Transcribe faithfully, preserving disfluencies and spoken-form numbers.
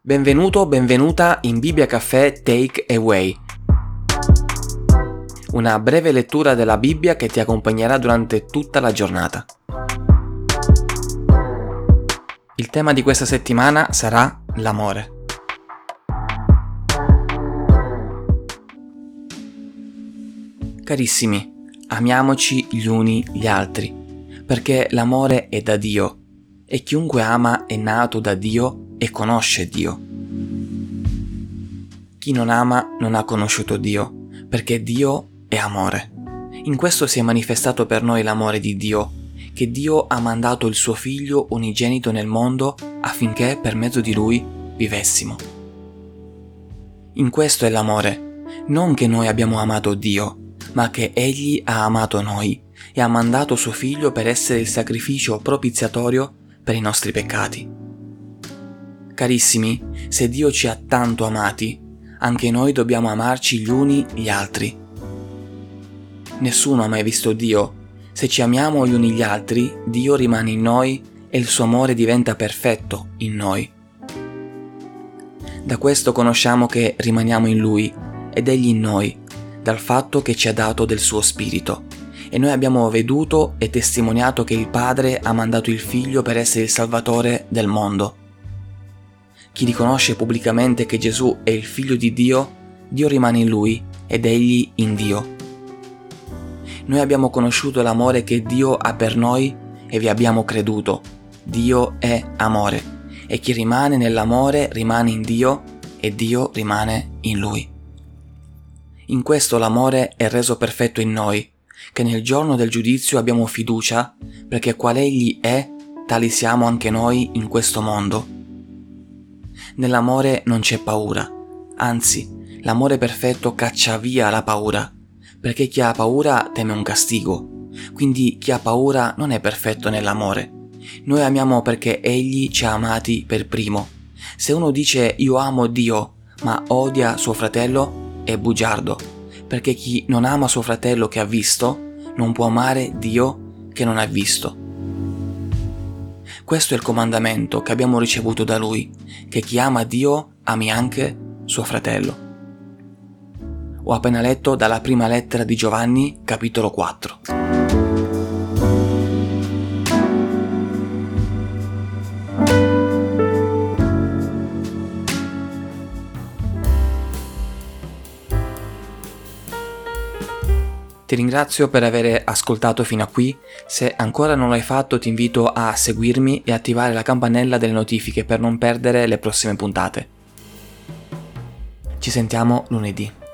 Benvenuto, benvenuta in Bibbia Caffè Take Away. Una breve lettura della Bibbia che ti accompagnerà durante tutta la giornata. Il tema di questa settimana sarà l'amore. Carissimi, amiamoci gli uni gli altri, perché l'amore è da Dio e chiunque ama è nato da Dio e conosce Dio. Chi non ama non ha conosciuto Dio, perché Dio è amore. In questo si è manifestato per noi l'amore di Dio, che Dio ha mandato il suo Figlio unigenito nel mondo affinché per mezzo di Lui vivessimo. In questo è l'amore, non che noi abbiamo amato Dio, ma che Egli ha amato noi e ha mandato suo Figlio per essere il sacrificio propiziatorio per i nostri peccati. Carissimi, se Dio ci ha tanto amati, anche noi dobbiamo amarci gli uni gli altri. Nessuno ha mai visto Dio. Se ci amiamo gli uni gli altri, Dio rimane in noi e il suo amore diventa perfetto in noi. Da questo conosciamo che rimaniamo in Lui ed Egli in noi, dal fatto che ci ha dato del suo Spirito. E noi abbiamo veduto e testimoniato che il Padre ha mandato il Figlio per essere il Salvatore del mondo. Chi riconosce pubblicamente che Gesù è il Figlio di Dio, Dio rimane in Lui ed Egli in Dio. Noi abbiamo conosciuto l'amore che Dio ha per noi e vi abbiamo creduto. Dio è amore e chi rimane nell'amore rimane in Dio e Dio rimane in Lui. In questo l'amore è reso perfetto in noi, che nel giorno del giudizio abbiamo fiducia, perché qual Egli è, tali siamo anche noi in questo mondo. Nell'amore non c'è paura, anzi, l'amore perfetto caccia via la paura, perché chi ha paura teme un castigo, quindi chi ha paura non è perfetto nell'amore. Noi amiamo perché Egli ci ha amati per primo. Se uno dice io amo Dio, ma odia suo fratello, è bugiardo, perché chi non ama suo fratello che ha visto, non può amare Dio che non ha visto. Questo è il comandamento che abbiamo ricevuto da Lui, che chi ama Dio ami anche suo fratello. Ho appena letto dalla prima lettera di Giovanni, capitolo quattro. Ti ringrazio per aver ascoltato fino a qui. Se ancora non l'hai fatto ti invito a seguirmi e attivare la campanella delle notifiche per non perdere le prossime puntate. Ci sentiamo lunedì.